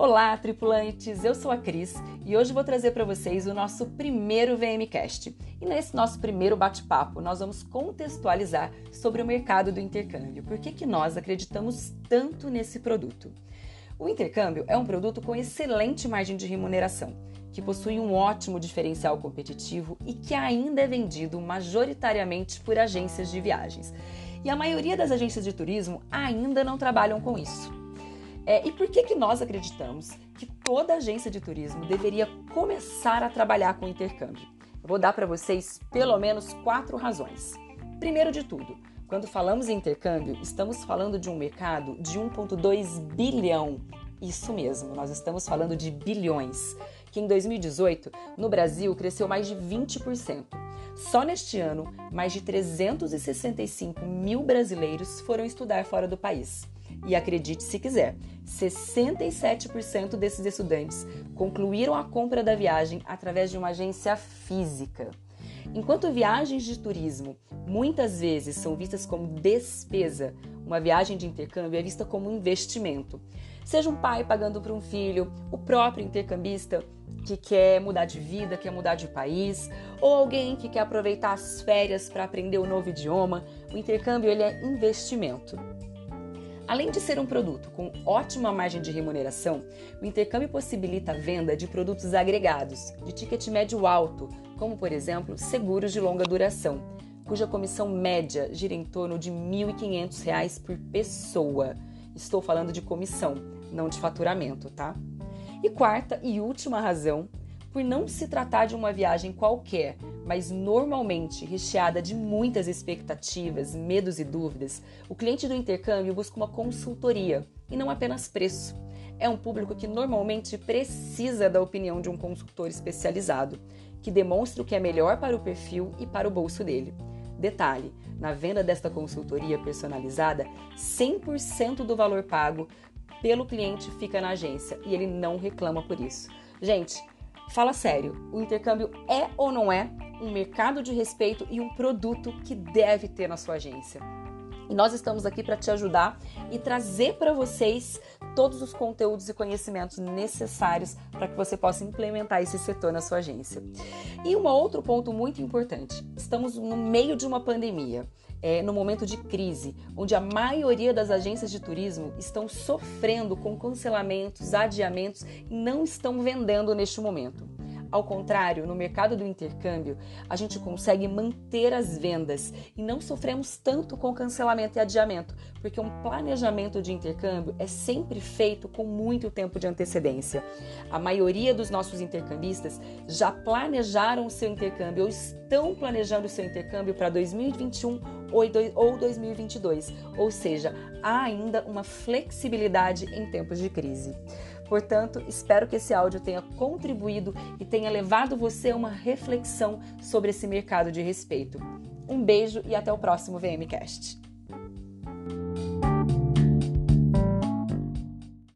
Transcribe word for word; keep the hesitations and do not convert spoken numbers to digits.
Olá, tripulantes! Eu sou a Cris e hoje vou trazer para vocês o nosso primeiro VMcast. E nesse nosso primeiro bate-papo, nós vamos contextualizar sobre o mercado do intercâmbio. Por que que nós acreditamos tanto nesse produto? O intercâmbio é um produto com excelente margem de remuneração, que possui um ótimo diferencial competitivo e que ainda é vendido majoritariamente por agências de viagens. E a maioria das agências de turismo ainda não trabalham com isso. É, e por que que nós acreditamos que toda agência de turismo deveria começar a trabalhar com intercâmbio? Eu vou dar para vocês pelo menos quatro razões. Primeiro de tudo, quando falamos em intercâmbio, estamos falando de um mercado de um vírgula dois bilhão. Isso mesmo, nós estamos falando de bilhões, que em dois mil e dezoito, no Brasil, cresceu mais de vinte por cento. Só neste ano, mais de trezentos e sessenta e cinco mil brasileiros foram estudar fora do país. E acredite se quiser, sessenta e sete por cento desses estudantes concluíram a compra da viagem através de uma agência física. Enquanto viagens de turismo muitas vezes são vistas como despesa, uma viagem de intercâmbio é vista como um investimento. Seja um pai pagando para um filho, o próprio intercambista que quer mudar de vida, quer mudar de país, ou alguém que quer aproveitar as férias para aprender um novo idioma, o intercâmbio ele é investimento. Além de ser um produto com ótima margem de remuneração, o intercâmbio possibilita a venda de produtos agregados, de ticket médio alto, como, por exemplo, seguros de longa duração, cuja comissão média gira em torno de mil e quinhentos reais por pessoa. Estou falando de comissão, não de faturamento, tá? E quarta e última razão, por não se tratar de uma viagem qualquer, mas normalmente recheada de muitas expectativas, medos e dúvidas, o cliente do intercâmbio busca uma consultoria e não apenas preço. É um público que normalmente precisa da opinião de um consultor especializado, que demonstre o que é melhor para o perfil e para o bolso dele. Detalhe, na venda desta consultoria personalizada, cem por cento do valor pago pelo cliente fica na agência e ele não reclama por isso. Gente, fala sério, o intercâmbio é ou não é um mercado de respeito e um produto que deve ter na sua agência? E nós estamos aqui para te ajudar e trazer para vocês todos os conteúdos e conhecimentos necessários para que você possa implementar esse setor na sua agência. E um outro ponto muito importante, estamos no meio de uma pandemia. É, no momento de crise, onde a maioria das agências de turismo estão sofrendo com cancelamentos, adiamentos e não estão vendendo neste momento. Ao contrário, no mercado do intercâmbio, a gente consegue manter as vendas e não sofremos tanto com cancelamento e adiamento, porque um planejamento de intercâmbio é sempre feito com muito tempo de antecedência. A maioria dos nossos intercambistas já planejaram o seu intercâmbio ou estão planejando o seu intercâmbio para dois mil e vinte e um ou dois mil e vinte e dois, ou seja, há ainda uma flexibilidade em tempos de crise. Portanto, espero que esse áudio tenha contribuído e tenha levado você a uma reflexão sobre esse mercado de respeito. Um beijo e até o próximo VMcast.